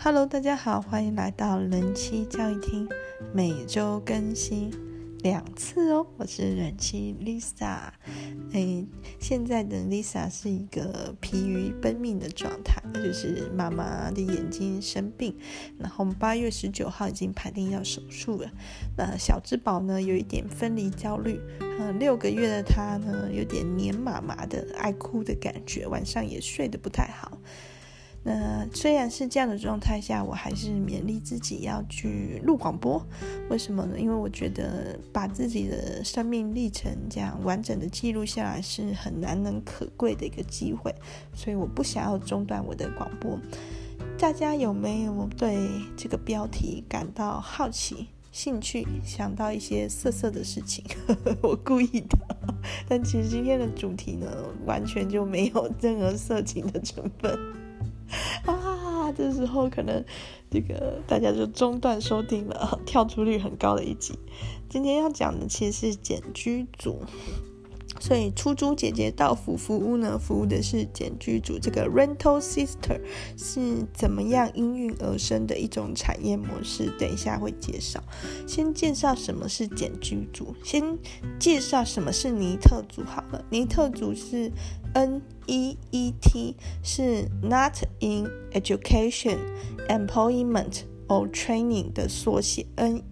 Hello， 大家好，欢迎来到人妻教育厅，每周更新2次哦。我是人妻 Lisa。现在的 Lisa 是一个疲于奔命的状态，那就是妈妈的眼睛生病，然后8月19号已经排定要手术了。那小智宝呢有一点分离焦虑，6个月的他呢有点黏麻麻的爱哭的感觉，晚上也睡得不太好。那虽然是这样的状态下，我还是勉励自己要去录广播。为什么呢？因为我觉得把自己的生命历程这样完整的记录下来是很难能可贵的一个机会，所以我不想要中断我的广播。大家有没有对这个标题感到好奇、兴趣，想到一些色色的事情？我故意的，但其实今天的主题呢，完全就没有任何色情的成分。这时候可能大家就中断收听了，跳出率很高的一集。今天要讲的其实是简居族，所以出租姐姐到府服务呢，服务的是简居族。这个 rental sister 是怎么样应运而生的一种产业模式，等一下会介绍。先介绍什么是简居族，先介绍什么是尼特族好了。尼特族是NEET， 是 Not in Education, Employment or Training 的缩写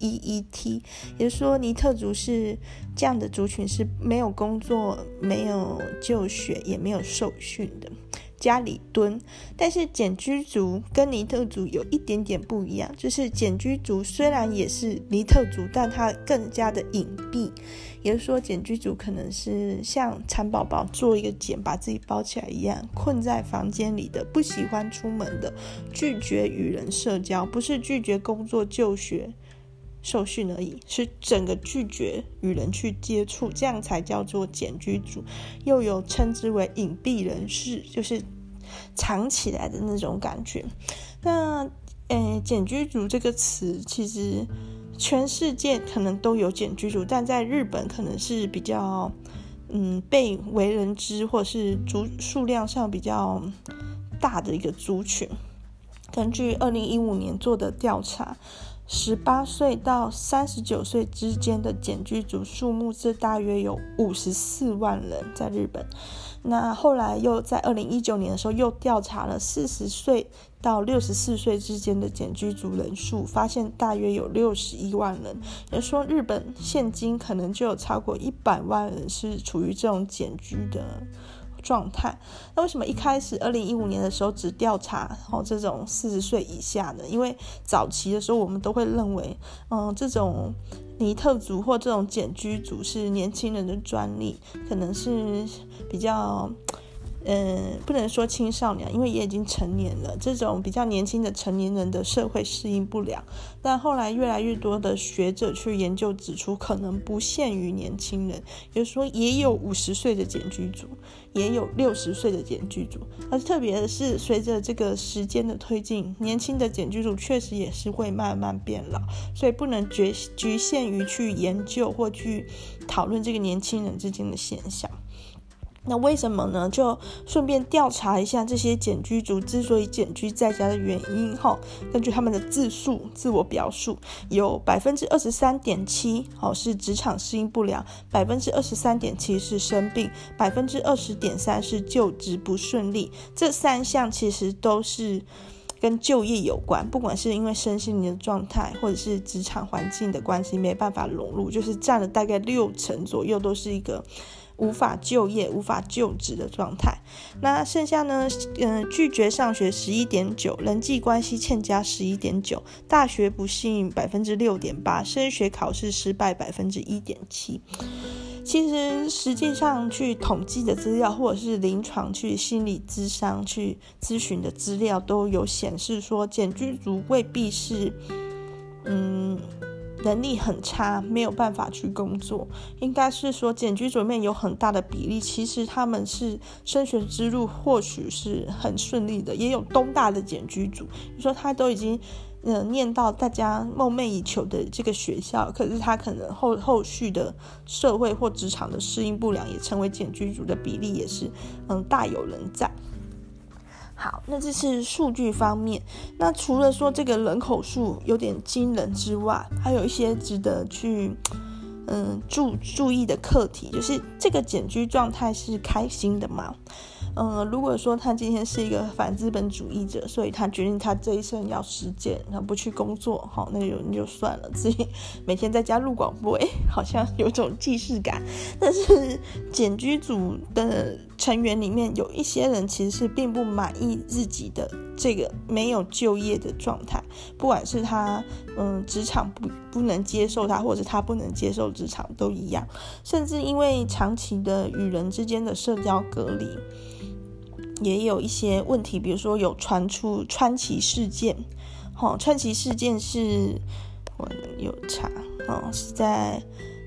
NEET， 也就是说尼特族是这样的族群，是没有工作、没有就学也没有受训的，家里蹲。但是简居族跟尼特族有一点点不一样，就是简居族虽然也是尼特族，但它更加的隐蔽。也就是说简居族可能是像蚕宝宝做一个茧把自己包起来一样，困在房间里的，不喜欢出门的，拒绝与人社交，不是拒绝工作就学受训而已，是整个拒绝与人去接触，这样才叫做简居族。又有称之为隐蔽人士，就是藏起来的那种感觉。那简居族这个词其实全世界可能都有简居族，但在日本可能是比较被为人知，或是数量上比较大的一个族群。根据2015年做的调查，18岁到39岁之间的简居族数目是大约有54万人在日本。那后来又在2019年的时候又调查了40岁到64岁之间的简居族人数，发现大约有61万人。也就是说日本现今可能就有超过100万人是处于这种简居的状态。那为什么一开始2015年的时候只调查这种40岁以下的？因为早期的时候我们都会认为这种尼特族或这种简居族是年轻人的专利，可能是比较不能说青少年，因为也已经成年了，这种比较年轻的成年人的社会适应不良。但后来越来越多的学者去研究指出，可能不限于年轻人，也就是说也有50岁的简居族，也有60岁的简居族。而特别的是随着这个时间的推进，年轻的简居族确实也是会慢慢变老，所以不能局限于去研究或去讨论这个年轻人之间的现象。那为什么呢？就顺便调查一下这些简居族之所以简居在家的原因。根据他们的自我表述，有 23.7% 是职场适应不良， 23.7% 是生病， 20.3% 是就职不顺利。这3项其实都是跟就业有关，不管是因为身心灵的状态或者是职场环境的关系没办法融入，就是占了大概60%左右，都是一个无法就业、无法就职的状态。那剩下呢，拒绝上学 11.9%， 人际关系欠佳 11.9%， 大学不幸 6.8%， 升学考试失败 1.7%。其实实际上去统计的资料，或者是临床去心理咨商去咨询的资料，都有显示说简居族未必是能力很差，没有办法去工作。应该是说简居族里面有很大的比例，其实他们是升学之路或许是很顺利的。也有东大的简居族，你说他都已经念到大家梦寐以求的这个学校，可是他可能后续的社会或职场的适应不良，也成为简居族的比例也是大有人在。 好，那这是数据方面。那除了说这个人口数有点惊人之外，还有一些值得去注意的课题，就是这个简居状态是开心的吗？如果说他今天是一个反资本主义者，所以他决定他这一生要实践，然后不去工作，好，那就算了，自己每天在家录广播，好像有种既视感。但是简居组的成员里面有一些人其实是并不满意自己的这个没有就业的状态，不管是他职场不能接受他，或者是他不能接受职场都一样，甚至因为长期的与人之间的社交隔离，也有一些问题，比如说有传出川崎事件，川崎事件是我有查，是在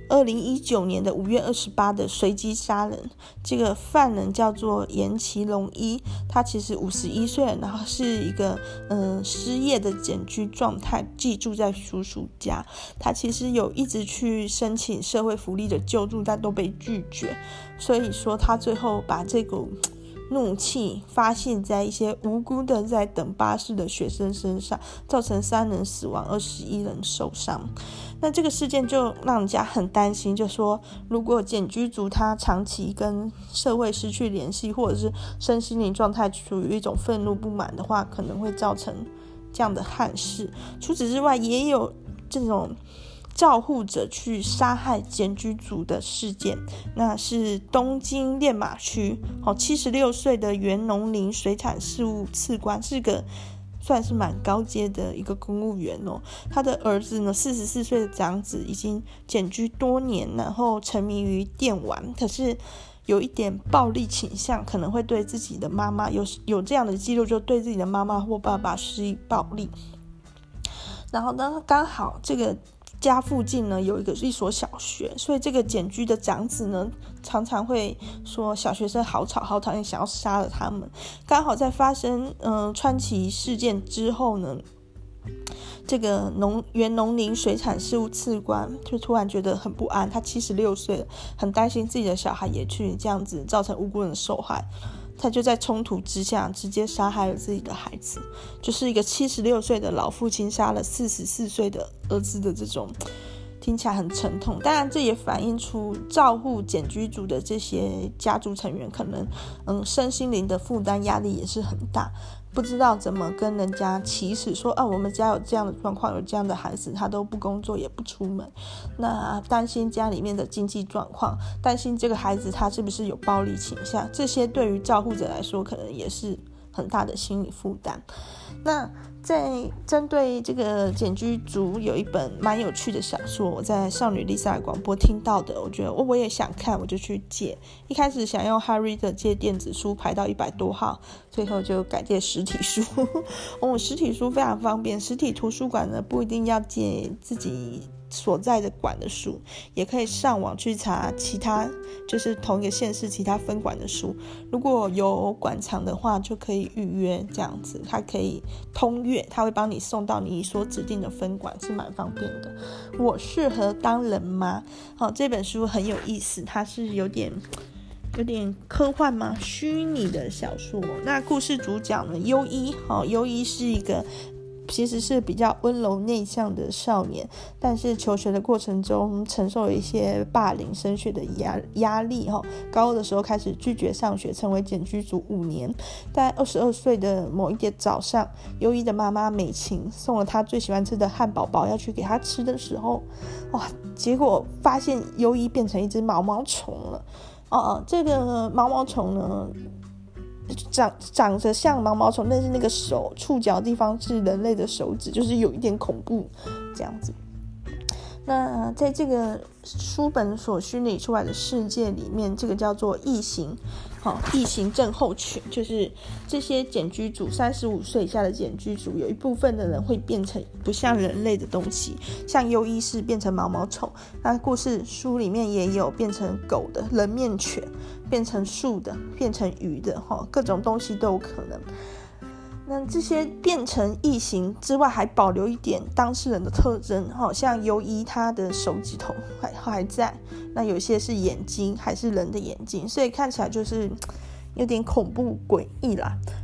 2019年的5月28的随机杀人，这个犯人叫做岩崎龙一，他其实51岁了，然后是一个失业的简居状态，寄住在叔叔家。他其实有一直去申请社会福利的救助，但都被拒绝，所以说他最后把这个怒气发泄在一些无辜的在等巴士的学生身上，造成3人死亡，21人受伤。那这个事件就让人家很担心，就说如果简居族他长期跟社会失去联系，或者是身心灵状态处于一种愤怒不满的话，可能会造成这样的憾事。除此之外，也有这种照护者去杀害简居族的事件，那是东京练马区76岁的原农林水产事务次官，是个算是蛮高阶的一个公务员他的儿子呢44岁的长子已经简居多年，然后沉迷于电玩，可是有一点暴力倾向，可能会对自己的妈妈有这样的记录，就对自己的妈妈或爸爸施以暴力。然后呢，刚好这个家附近呢有一所小学，所以这个简居的长子呢常常会说小学生好吵好讨厌，想要杀了他们。刚好在发生川崎事件之后呢，这个原农林水产事务次官就突然觉得很不安，他76岁了，很担心自己的小孩也去这样子造成无辜人的受害，他就在冲突之下直接杀害了自己的孩子，就是一个76岁的老父亲杀了44岁的儿子的这种，听起来很沉痛。当然这也反映出照护简居族的这些家族成员可能身心灵的负担压力也是很大，不知道怎么跟人家启齿说我们家有这样的状况，有这样的孩子，他都不工作也不出门，那担心家里面的经济状况，担心这个孩子他是不是有暴力倾向，这些对于照护者来说可能也是很大的心理负担。那在针对这个简居族有一本蛮有趣的小说，我在少女 Lisa 的广播听到的，我觉得我也想看，我就去借。一开始想用 HyReader 借电子书排到100多号，最后就改借实体书实体书非常方便，实体图书馆呢不一定要借自己所在的馆的书，也可以上网去查其他就是同一个县市其他分馆的书，如果有馆藏的话就可以预约，这样子它可以通阅，它会帮你送到你所指定的分馆，是蛮方便的。我适合当人吗？这本书很有意思，它是有点科幻吗？虚拟的小说。那故事主角呢，优一是一个其实是比较温柔内向的少年，但是求学的过程中承受了一些霸凌升学的压力高二的时候开始拒绝上学，成为简居族5年。在22岁的某一天早上，优一的妈妈美琴送了他最喜欢吃的汉堡包要去给他吃的时候，结果发现优一变成一只毛毛虫了。这个毛毛虫呢长着像毛毛虫，但是那个手触角的地方是人类的手指，就是有一点恐怖这样子。那在这个书本所虚拟出来的世界里面，这个叫做异形症候群，就是这些简居族35岁以下的简居族，有一部分的人会变成不像人类的东西，像优一是变成毛毛虫，那故事书里面也有变成狗的人面犬，变成树的，变成鱼的，各种东西都有可能。那这些变成异形之外，还保留一点当事人的特征，像优一他的手指头还在，那有些是眼睛，还是人的眼睛，所以看起来就是有点恐怖诡异啦。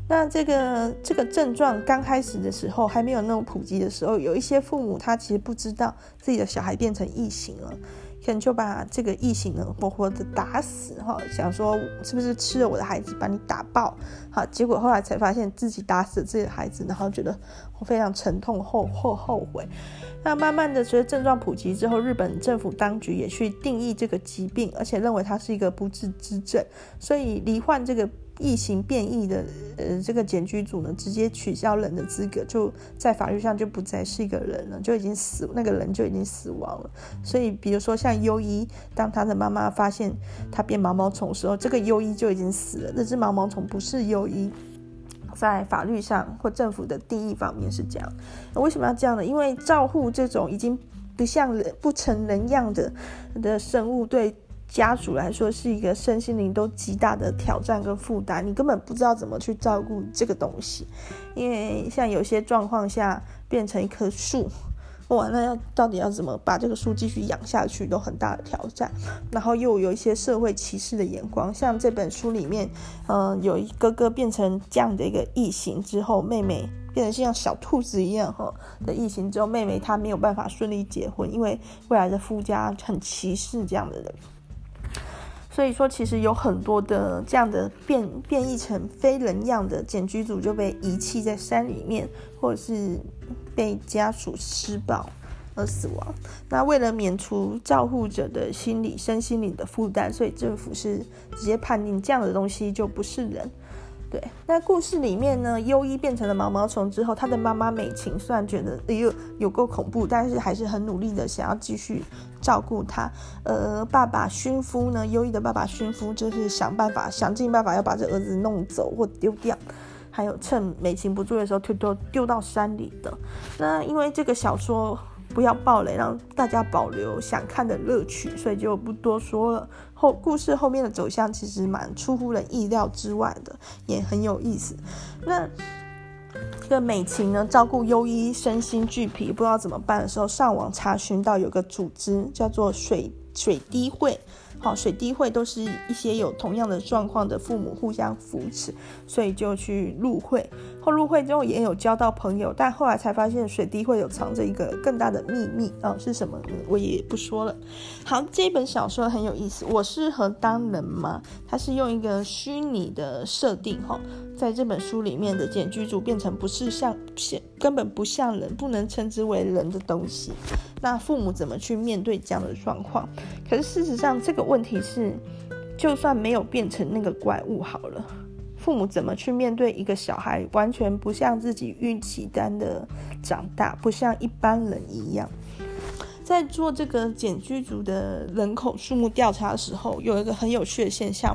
那这个症状刚开始的时候，还没有那种普及的时候，有一些父母他其实不知道自己的小孩变成异形了，可能就把这个异形呢活活的打死，想说是不是吃了我的孩子把你打爆，结果后来才发现自己打死了自己的孩子，然后觉得非常沉痛后悔。那慢慢的随着症状普及之后，日本政府当局也去定义这个疾病，而且认为它是一个不治之症，所以罹患这个异形变异的这个检举组呢，直接取消人的资格，就在法律上就不再是一个人了，就已经那个人就已经死亡了。所以比如说像优一，当他的妈妈发现他变毛毛虫的时候，这个优一就已经死了，这只毛毛虫不是优一。在法律上或政府的定义方面是这样。为什么要这样呢？因为照护这种已经不成人样的生物，对家属来说是一个身心灵都极大的挑战跟负担，你根本不知道怎么去照顾这个东西。因为像有些状况下变成一棵树，那到底要怎么把这个树继续养下去都很大的挑战，然后又有一些社会歧视的眼光。像这本书里面有一哥哥变成这样的一个异形之后，妹妹变成像小兔子一样的异形之后，妹妹她没有办法顺利结婚，因为未来的夫家很歧视这样的人。所以说其实有很多的这样的变异成非人样的检举组就被遗弃在山里面，或者是被家属施暴而死亡。那为了免除照护者的身心灵的负担，所以政府是直接判定这样的东西就不是人。对，那故事里面呢，优一变成了毛毛虫之后，他的妈妈美琴虽然觉得有够恐怖，但是还是很努力的想要继续照顾他。爸爸驯夫呢，优一的爸爸驯夫就是想尽办法要把这儿子弄走或丢掉，还有趁美琴不注意的时候丢到山里的。那因为这个小说不要爆雷，让大家保留想看的乐趣，所以就不多说了。故事后面的走向其实蛮出乎人意料之外的，也很有意思。那这个美琴呢，照顾优一身心俱疲不知道怎么办的时候，上网查询到有个组织叫做水滴会。水滴会都是一些有同样的状况的父母互相扶持，所以就去入会。入会之后也有交到朋友，但后来才发现水滴会有藏着一个更大的秘密是什么呢？我也不说了。好，这本小说很有意思。我适合当人吗？它是用一个虚拟的设定在这本书里面的检举组变成根本不像人，不能称之为人的东西。那父母怎么去面对这样的状况？可是事实上这个问题是，就算没有变成那个怪物好了，父母怎么去面对一个小孩完全不像自己预期般的长大，不像一般人一样。在做这个检举组的人口数目调查的时候，有一个很有趣的现象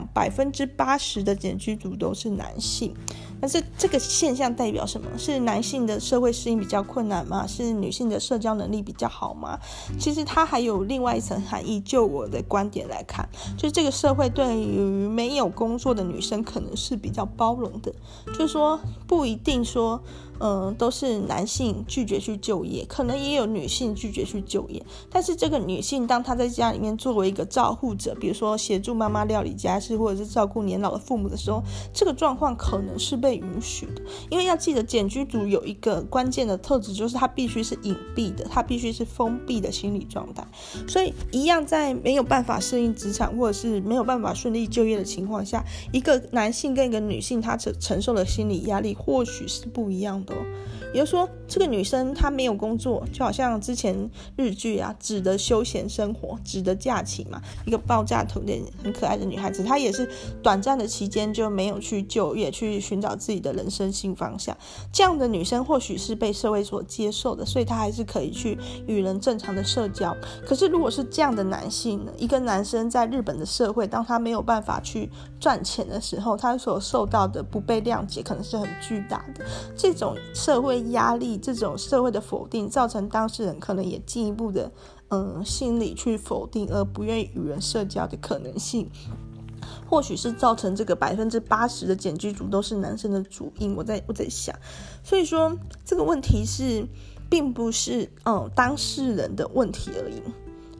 ，80%的检举组都是男性。但是这个现象代表什么？是男性的社会适应比较困难吗？是女性的社交能力比较好吗？其实它还有另外一层含义。就我的观点来看，就是这个社会对于没有工作的女生可能是比较包容的，就是说不一定说都是男性拒绝去就业，可能也有女性拒绝去就业。但是这个女性当她在家里面作为一个照护者，比如说协助妈妈料理家事，或者是照顾年老的父母的时候，这个状况可能是被允许的。因为要记得检举组有一个关键的特质，就是它必须是隐蔽的，它必须是封闭的心理状态。所以一样在没有办法适应职场，或者是没有办法顺利就业的情况下，一个男性跟一个女性她承受的心理压力或许是不一样的也就是说，这个女生她没有工作，就好像之前日剧指的休闲生活，指的假期嘛，一个爆炸头的很可爱的女孩子，她也是短暂的期间就没有去就业，去寻找自己的人生新方向。这样的女生或许是被社会所接受的，所以她还是可以去与人正常的社交。可是如果是这样的男性呢，一个男生在日本的社会，当他没有办法去赚钱的时候，他所受到的不被谅解可能是很巨大的。这种社会压力，这种社会的否定，造成当事人可能也进一步的心理去否定，而不愿意与人社交的可能性，或许是造成这个80%的检举组都是男生的主因。我在想，所以说这个问题是并不是当事人的问题而已，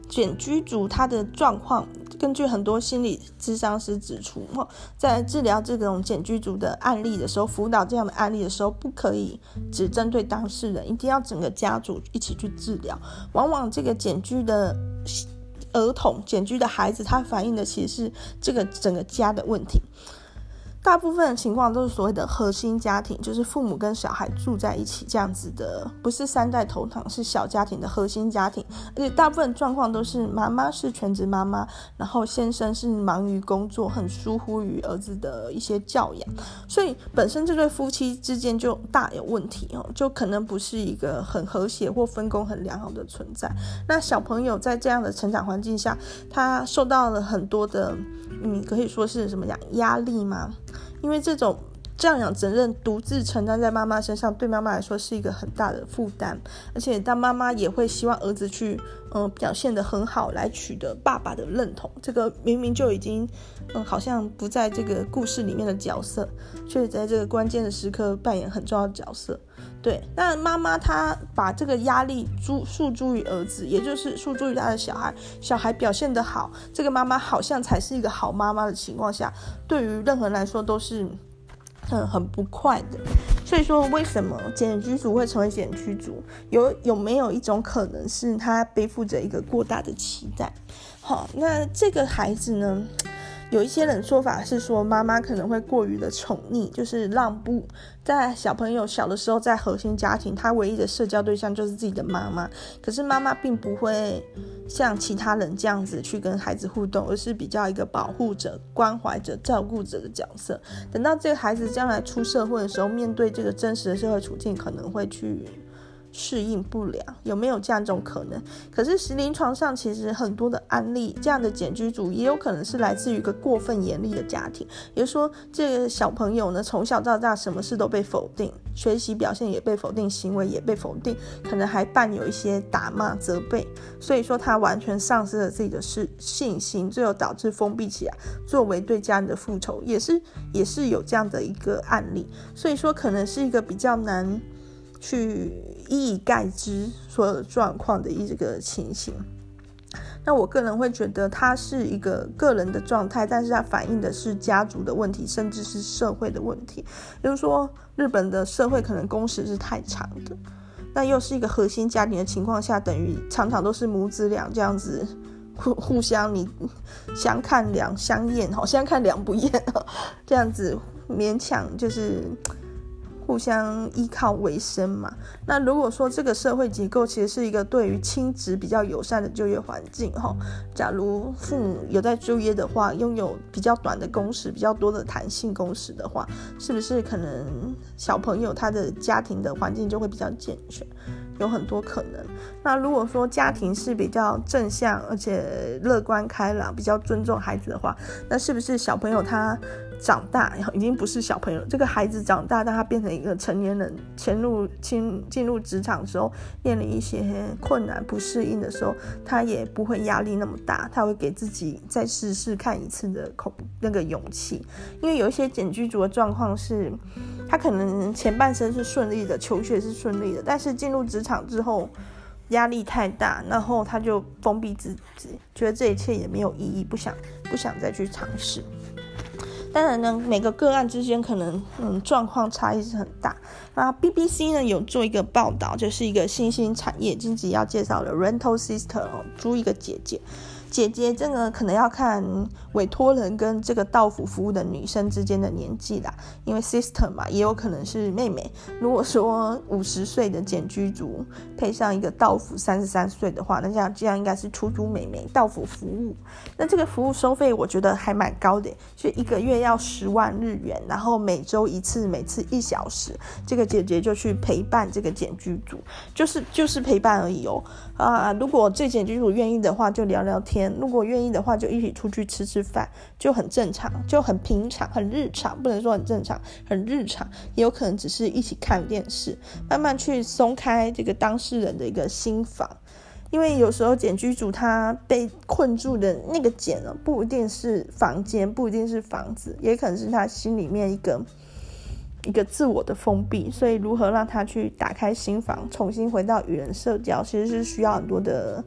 简居族他的状况，根据很多心理咨商师指出，在治疗这种简居族的案例的时候，辅导这样的案例的时候，不可以只针对当事人，一定要整个家族一起去治疗。往往这个简居的儿童、简居的孩子，他反映的其实是这个整个家的问题。大部分的情况都是所谓的核心家庭，就是父母跟小孩住在一起这样子的，不是三代同堂，是小家庭的核心家庭。而且大部分状况都是妈妈是全职妈妈，然后先生是忙于工作，很疏忽于儿子的一些教养，所以本身这对夫妻之间就大有问题，就可能不是一个很和谐或分工很良好的存在。那小朋友在这样的成长环境下，他受到了很多的可以说是什么样压力吗？因为这种教养责任独自承担在妈妈身上，对妈妈来说是一个很大的负担，而且当妈妈也会希望儿子去表现得很好，来取得爸爸的认同。这个明明就已经好像不在这个故事里面的角色，却在这个关键的时刻扮演很重要的角色。对，那妈妈她把这个压力诉诸于儿子，也就是诉诸于她的小孩，小孩表现得好，这个妈妈好像才是一个好妈妈的情况下，对于任何人来说都是很不快的。所以说为什么简居族会成为简居族，有没有一种可能是他背负着一个过大的期待？好，那这个孩子呢，有一些人说法是说妈妈可能会过于的宠溺，就是让步。在小朋友小的时候，在核心家庭，他唯一的社交对象就是自己的妈妈，可是妈妈并不会像其他人这样子去跟孩子互动，而是比较一个保护者、关怀者、照顾者的角色。等到这个孩子将来出社会的时候，面对这个真实的社会处境，可能会去适应不良，有没有这样一种可能？可是临床上其实很多的案例，这样的简居族也有可能是来自于一个过分严厉的家庭，也就是说这个小朋友呢，从小到大什么事都被否定，学习表现也被否定，行为也被否定，可能还伴有一些打骂责备，所以说他完全丧失了自己的信心，最后导致封闭起来，作为对家人的复仇，也是有这样的一个案例。所以说可能是一个比较难去一以概之所有的状况的一个情形。那我个人会觉得它是一个个人的状态，但是它反映的是家族的问题，甚至是社会的问题。比如说日本的社会可能工时是太长的，那又是一个核心家庭的情况下，等于常常都是母子俩这样子互相你相看两相厌，相看两不厌，这样子勉强就是互相依靠为生嘛。那如果说这个社会结构其实是一个对于亲职比较友善的就业环境，假如父母有在就业的话，拥有比较短的工时，比较多的弹性工时的话，是不是可能小朋友他的家庭的环境就会比较健全？有很多可能。那如果说家庭是比较正向而且乐观开朗，比较尊重孩子的话，那是不是小朋友他长大已经不是小朋友，这个孩子长大，当他变成一个成年人，进入职场的时候，面临一些困难不适应的时候，他也不会压力那么大，他会给自己再试试看一次的那个勇气。因为有一些简居族的状况是，他可能前半生是顺利的，求学是顺利的，但是进入职场之后压力太大，然后他就封闭自己，觉得这一切也没有意义，不想再去尝试。当然呢，每个个案之间可能状况差异是很大。那 BBC 呢有做一个报道，就是一个新兴产业，近期要介绍的 rental sister， 租一个姐姐这个可能要看委托人跟这个到府服务的女生之间的年纪啦，因为 sister 嘛，也有可能是妹妹。如果说50岁的简居族配上一个到府33岁的话，那这样应该是出租妹妹到府服务。那这个服务收费我觉得还蛮高的，就1个月要10万日元，然后每周一次，每次1小时，这个姐姐就去陪伴这个简居族，就是陪伴而已如果这简居族愿意的话就聊聊天，如果愿意的话就一起出去吃饭，就很正常，就很平常，很日常，不能说很正常，很日常，也有可能只是一起看电视，慢慢去松开这个当事人的一个心防。因为有时候简居族他被困住的那个茧不一定是房间，不一定是房子，也可能是他心里面一个自我的封闭，所以如何让他去打开心房，重新回到与人社交，其实是需要很多的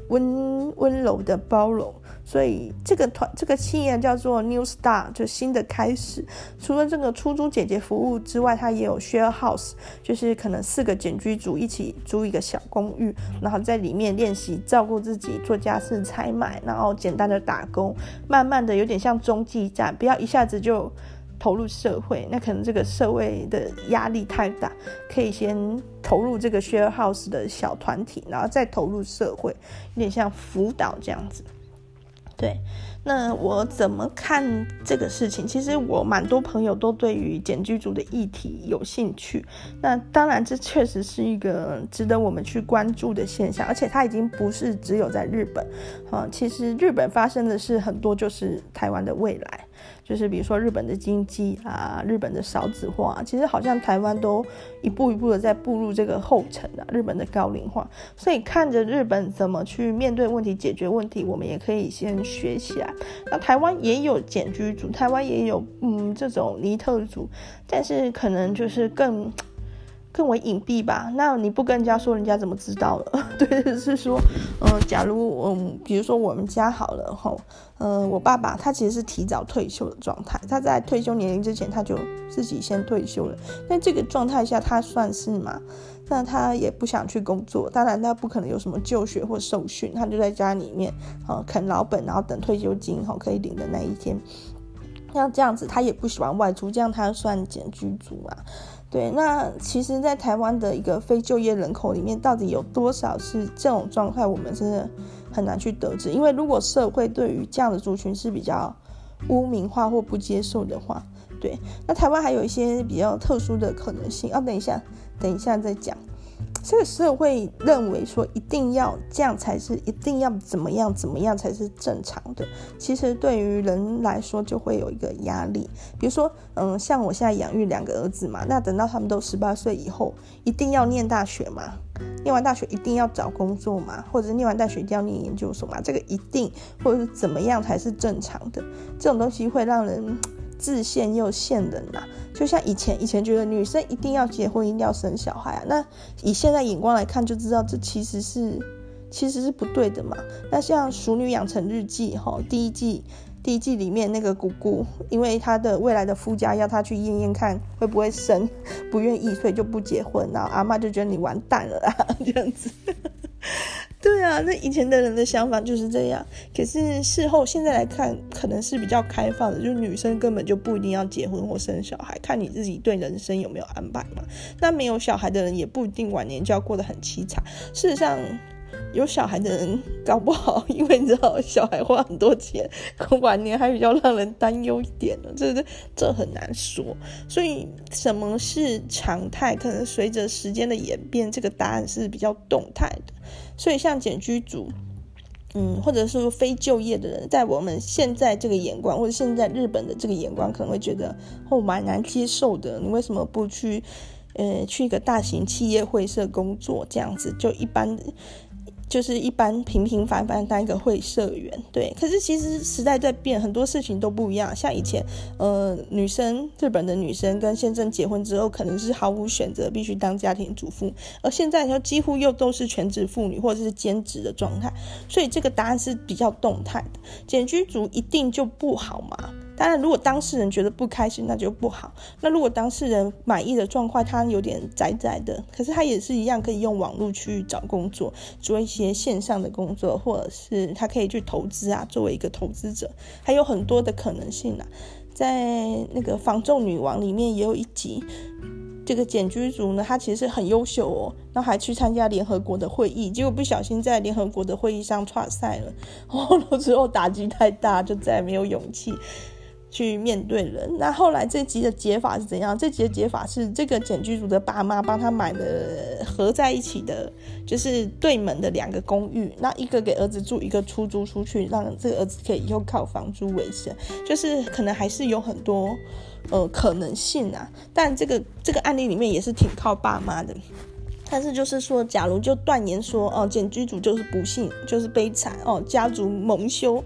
温柔的包容。所以这个企业叫做 New Star， 就新的开始。除了这个出租姐姐服务之外，它也有 share house， 就是可能4个简居族一起租一个小公寓，然后在里面练习照顾自己，做家事、采买，然后简单的打工，慢慢的有点像中继站，不要一下子就投入社会，那可能这个社会的压力太大，可以先投入这个 share house 的小团体，然后再投入社会，有点像辅导这样子。对，那我怎么看这个事情？其实我蛮多朋友都对于简居族的议题有兴趣，那当然这确实是一个值得我们去关注的现象，而且它已经不是只有在日本，其实日本发生的事很多就是台湾的未来，就是比如说日本的经济啊，日本的少子化，其实好像台湾都一步一步的在步入这个后尘啊，日本的高龄化，所以看着日本怎么去面对问题、解决问题，我们也可以先学起来。那台湾也有简居族，台湾也有这种尼特族，但是可能就是更为隐蔽吧，那你不跟人家说，人家怎么知道了？对，是说，假如比如说我们家好了我爸爸他其实是提早退休的状态，他在退休年龄之前他就自己先退休了，那这个状态下他算是嘛？那他也不想去工作，当然他不可能有什么就学或受训，他就在家里面啃老本，然后等退休金可以领的那一天。像这样子他也不喜欢外出，这样他算简居族啊。对，那其实在台湾的一个非就业人口里面，到底有多少是这种状态，我们真的很难去得知。因为如果社会对于这样的族群是比较污名化或不接受的话，对，那台湾还有一些比较特殊的可能性。等一下再讲。这个社会认为说一定要这样才是，一定要怎么样才是正常的，其实对于人来说就会有一个压力。比如说像我现在养育2个儿子嘛，那等到他们都18岁以后，一定要念大学嘛，念完大学一定要找工作嘛，或者念完大学一定要念研究所嘛，这个一定或者是怎么样才是正常的，这种东西会让人自限又限人啊。就像以前觉得女生一定要结婚，一定要生小孩啊，那以现在眼光来看就知道这其实是不对的嘛。那像《熟女养成日记》第一季里面那个姑姑，因为她的未来的夫家要她去验验看会不会生，不愿意，所以就不结婚，然后阿嬷就觉得你完蛋了啦，这样子。对啊，那以前的人的想法就是这样，可是事后现在来看可能是比较开放的，就是女生根本就不一定要结婚或生小孩，看你自己对人生有没有安排嘛。那没有小孩的人也不一定晚年就要过得很凄惨，事实上有小孩的人搞不好，因为你知道小孩花很多钱，晚年还比较让人担忧一点呢，这很难说。所以什么是常态，可能随着时间的演变，这个答案是比较动态的。所以像简居族或者是说非就业的人，在我们现在这个眼光，或者现在日本的这个眼光，可能会觉得蛮难接受的，你为什么不去一个大型企业会社工作，这样子就一般平平凡凡当一个会社员。对，可是其实时代在变，很多事情都不一样。像以前日本的女生跟先生结婚之后可能是毫无选择，必须当家庭主妇，而现在几乎又都是全职妇女或者是兼职的状态，所以这个答案是比较动态的。简居族一定就不好吗？当然如果当事人觉得不开心那就不好，那如果当事人满意的状况，他有点窄窄的，可是他也是一样可以用网络去找工作，做一些线上的工作，或者是他可以去投资啊，作为一个投资者，还有很多的可能性啊。在那个房仲女王里面也有一集，这个简居族呢，他其实很优秀然后还去参加联合国的会议，结果不小心在联合国的会议上挫赛了，之后打击太大，就再也没有勇气去面对人。那后来这集的解法是怎样？这集的解法是这个简居族的爸妈帮他买了合在一起的，就是对门的2个公寓，那一个给儿子住，一个出租出去，让这个儿子可以以后靠房租为生，就是可能还是有很多可能性啊。但这个案例里面也是挺靠爸妈的。但是就是说，假如就断言说简居族就是不幸，就是悲惨家族蒙羞，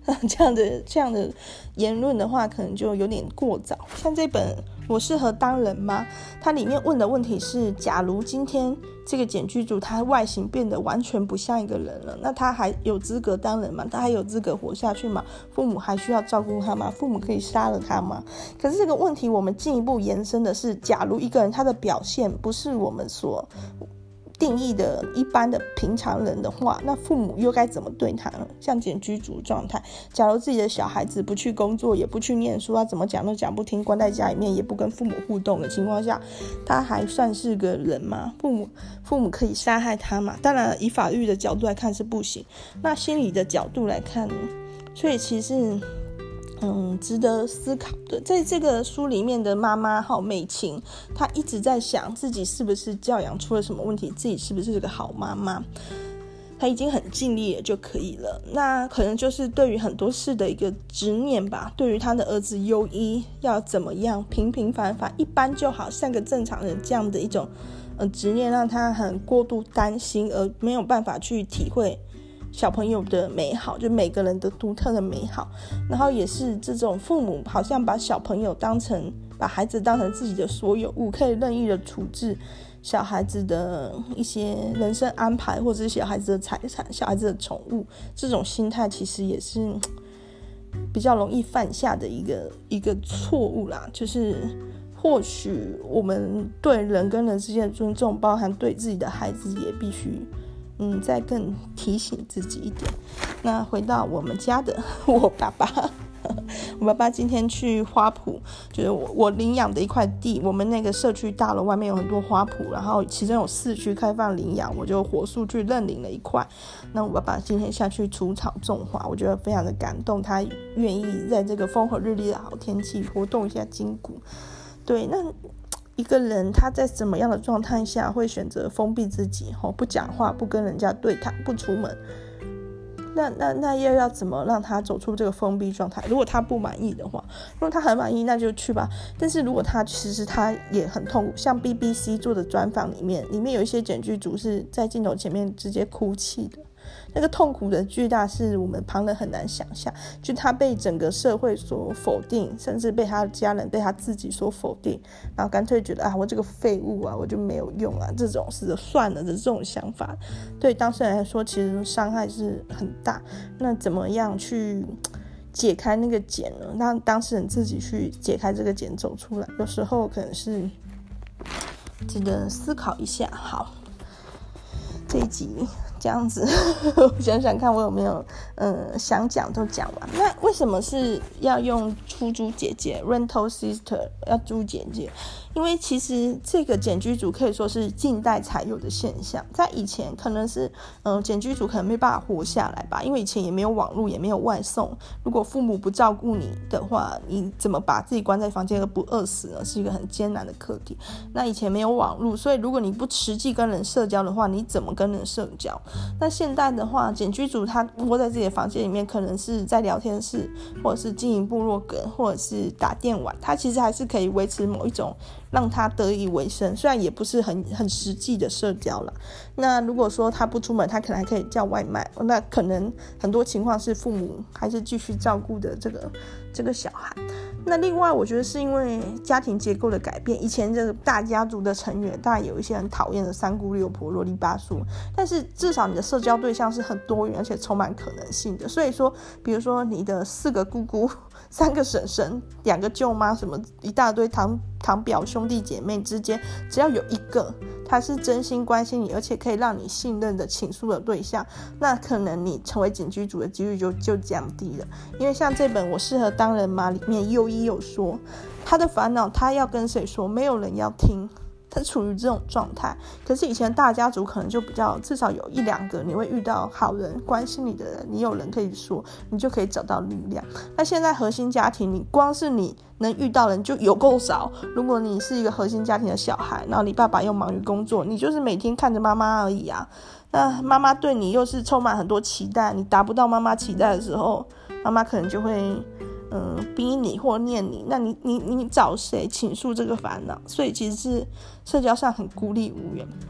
这样的言论的话，可能就有点过早。像这本我适合当人吗？它里面问的问题是，假如今天这个简居族他外形变得完全不像一个人了，那他还有资格当人吗？他还有资格活下去吗？父母还需要照顾他吗？父母可以杀了他吗？可是这个问题我们进一步延伸的是，假如一个人他的表现不是我们所定义的一般的平常人的话，那父母又该怎么对他呢？像简居族状态，假如自己的小孩子不去工作，也不去念书，他怎么讲都讲不听，关在家里面也不跟父母互动的情况下，他还算是个人吗？父母可以杀害他吗？当然以法律的角度来看是不行，那心理的角度来看，所以其实值得思考的。在这个书里面的妈妈美琴，她一直在想自己是不是教养出了什么问题，自己是不是个好妈妈，她已经很尽力了就可以了。那可能就是对于很多事的一个执念吧，对于她的儿子优一要怎么样平平凡凡一般就好，像个正常人这样的一种执念，让她很过度担心，而没有办法去体会小朋友的美好，就每个人的独特的美好。然后也是这种父母好像把孩子当成自己的所有物，可以任意的处置小孩子的一些人生安排，或者是小孩子的财产、小孩子的宠物，这种心态其实也是比较容易犯下的一个错误啦。就是或许我们对人跟人之间的尊重，包含对自己的孩子也必须再更提醒自己一点。那回到我们家的我爸爸，我爸爸今天去花圃，就是我领养的一块地，我们那个社区大楼外面有很多花圃，然后其中有4区开放领养，我就火速去认领了一块。那我爸爸今天下去除草种花，我觉得非常的感动，他愿意在这个风和日丽的好天气活动一下筋骨。对，那一个人他在什么样的状态下会选择封闭自己，不讲话，不跟人家对谈，不出门，那又要怎么让他走出这个封闭状态？如果他不满意的话，如果他很满意那就去吧。但是如果其实他也很痛苦，像 BBC 做的专访里面有一些简居族是在镜头前面直接哭泣的，那个痛苦的巨大是我们旁人很难想象，就他被整个社会所否定，甚至被他的家人被他自己所否定，然后干脆觉得我这个废物我就没有用这种是算了的这种想法，对当事人来说其实伤害是很大。那怎么样去解开那个茧呢？让当事人自己去解开这个茧走出来，有时候可能是值得思考一下。好，这一集这样子我想想看我有没有想讲都讲完。那为什么是要用出租姐姐 rental sister 要租姐姐？因为其实这个简居族可以说是近代才有的现象，在以前可能是简居族可能没办法活下来吧，因为以前也没有网络也没有外送，如果父母不照顾你的话，你怎么把自己关在房间而不饿死呢？是一个很艰难的课题。那以前没有网络，所以如果你不实际跟人社交的话，你怎么跟人社交？那现代的话，简居族他窝在自己的房间里面，可能是在聊天室，或者是经营部落格，或者是打电玩，他其实还是可以维持某一种让他得以为生，虽然也不是很实际的社交啦。那如果说他不出门，他可能还可以叫外卖，那可能很多情况是父母还是继续照顾的这个小孩。那另外我觉得是因为家庭结构的改变，以前这个大家族的成员当然有一些很讨厌的三姑六婆啰里吧嗦，但是至少你的社交对象是很多元而且充满可能性的。所以说比如说你的4个姑姑、3个婶婶、2个舅妈，什么一大堆堂表兄弟姐妹之间，只要有一个他是真心关心你而且可以让你信任的倾诉的对象，那可能你成为简居族的几率就降低了。因为像这本我适合当人吗里面优一有说，他的烦恼他要跟谁说，没有人要听，他处于这种状态。可是以前大家族可能就比较，至少有1-2个你会遇到好人关心你的人，你有人可以说，你就可以找到力量。那现在核心家庭，你光是你能遇到人就有够少。如果你是一个核心家庭的小孩，然后你爸爸又忙于工作，你就是每天看着妈妈而已啊。那妈妈对你又是充满很多期待，你达不到妈妈期待的时候，妈妈可能就会逼你或念你，那你找谁倾诉这个烦恼？所以其实是社交上很孤立无援。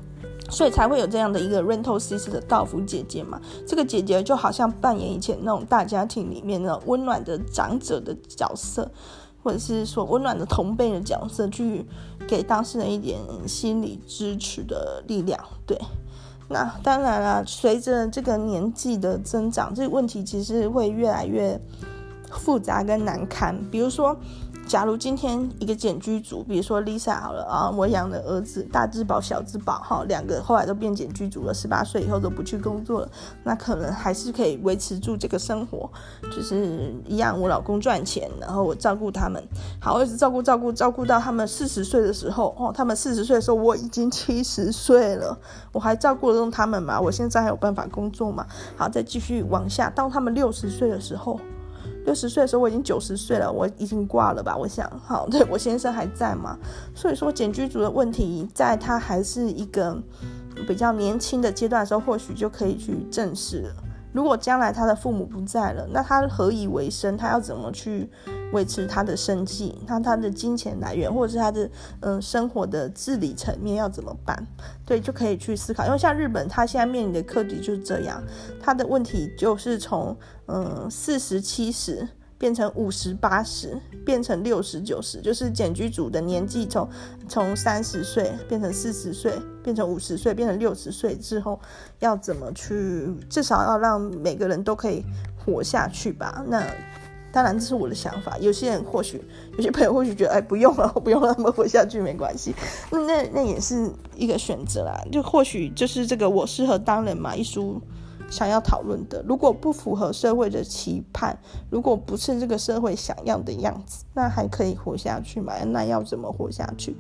所以才会有这样的一个 rental sis 的道服姐姐嘛。这个姐姐就好像扮演以前那种大家庭里面那种温暖的长者的角色，或者是说温暖的同辈的角色，去给当事人一点心理支持的力量。对，那当然啦，随着这个年纪的增长，这个问题其实会越来越复杂跟难堪。比如说假如今天一个简居族，比如说 Lisa 好了啊，我养的儿子大只宝小只宝哈，两个后来都变简居族了，18岁以后都不去工作了，那可能还是可以维持住这个生活，就是一样我老公赚钱，然后我照顾他们，好，一直照顾到他们40岁的时候哦，他们40岁的时候我已经70岁了，我还照顾得动他们吗？我现在还有办法工作吗？好，再继续往下，当他们60岁的时候，60岁的时候我已经90岁了，我已经挂了吧，我想。好，对，我先生还在嘛，所以说简居族的问题在他还是一个比较年轻的阶段的时候，或许就可以去正视了。如果将来他的父母不在了，那他何以为生？他要怎么去维持他的生计？他的金钱来源，或者是他的生活的自理层面要怎么办？对，就可以去思考。因为像日本，他现在面临的课题就是这样，他的问题就是从40、70变成50、80，变成60、90，就是简居族的年纪从30岁变成40岁，变成50岁，变成60岁之后，要怎么去，至少要让每个人都可以活下去吧。那当然这是我的想法，有些朋友或许觉得不用了，不用让他们活下去没关系，那也是一个选择啦。就或许就是这个我适合当人嘛一书想要讨论的，如果不符合社会的期盼，如果不是这个社会想要的样子，那还可以活下去吗？那要怎么活下去？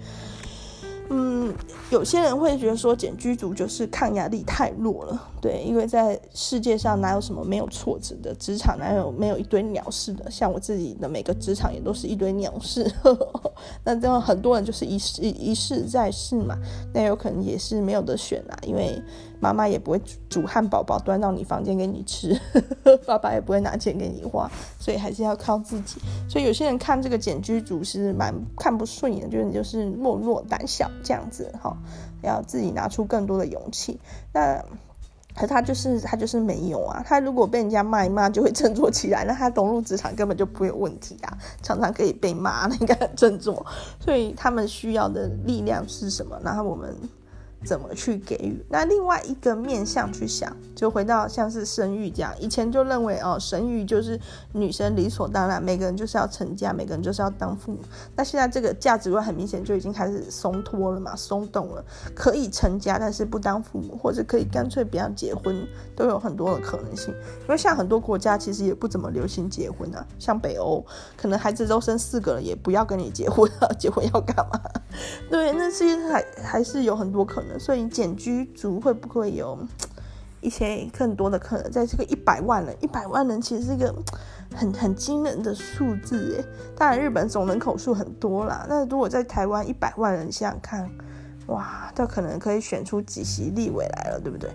有些人会觉得说简居族就是抗压力太弱了，对，因为在世界上哪有什么没有挫折的，职场没有一堆鸟事的，像我自己的每个职场也都是一堆鸟事那这样很多人就是一试再试嘛，那有可能也是没有得选啦，因为妈妈也不会煮汉堡包端到你房间给你吃爸爸也不会拿钱给你花，所以还是要靠自己。所以有些人看这个简居族是蛮看不顺眼，觉得你就是懦弱胆小这样子，要自己拿出更多的勇气。那可他就是没有啊，他如果被人家骂一骂就会振作起来，那他融入职场根本就不会有问题啊，常常可以被骂，那应该很振作。所以他们需要的力量是什么？然后我们怎么去给予？那另外一个面向去想，就回到像是生育这样，以前就认为生育就是女生理所当然，每个人就是要成家，每个人就是要当父母。那现在这个价值观很明显就已经开始松脱了嘛，松动了，可以成家但是不当父母，或者可以干脆不要结婚，都有很多的可能性。因为像很多国家其实也不怎么流行结婚啊，像北欧可能孩子都生4个了，也不要跟你结婚啊，结婚要干嘛？对，那其实还是有很多可能。所以简居族会不会有一些更多的可能？在这个100万人其实是一个很惊人的数字耶。当然日本总人口数很多啦，那如果在台湾100万人想想看，哇，这可能可以选出几席立委来了，对不对？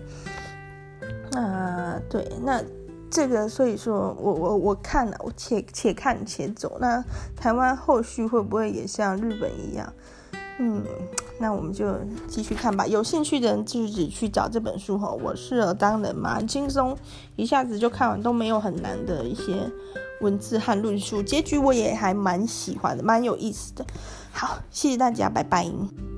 对，那这个所以说我看了，我且看且走。那台湾后续会不会也像日本一样？那我们就继续看吧。有兴趣的人自己去找这本书我适合当人嘛，很轻松，一下子就看完，都没有很难的一些文字和论述，结局我也还蛮喜欢的，蛮有意思的。好，谢谢大家，拜拜。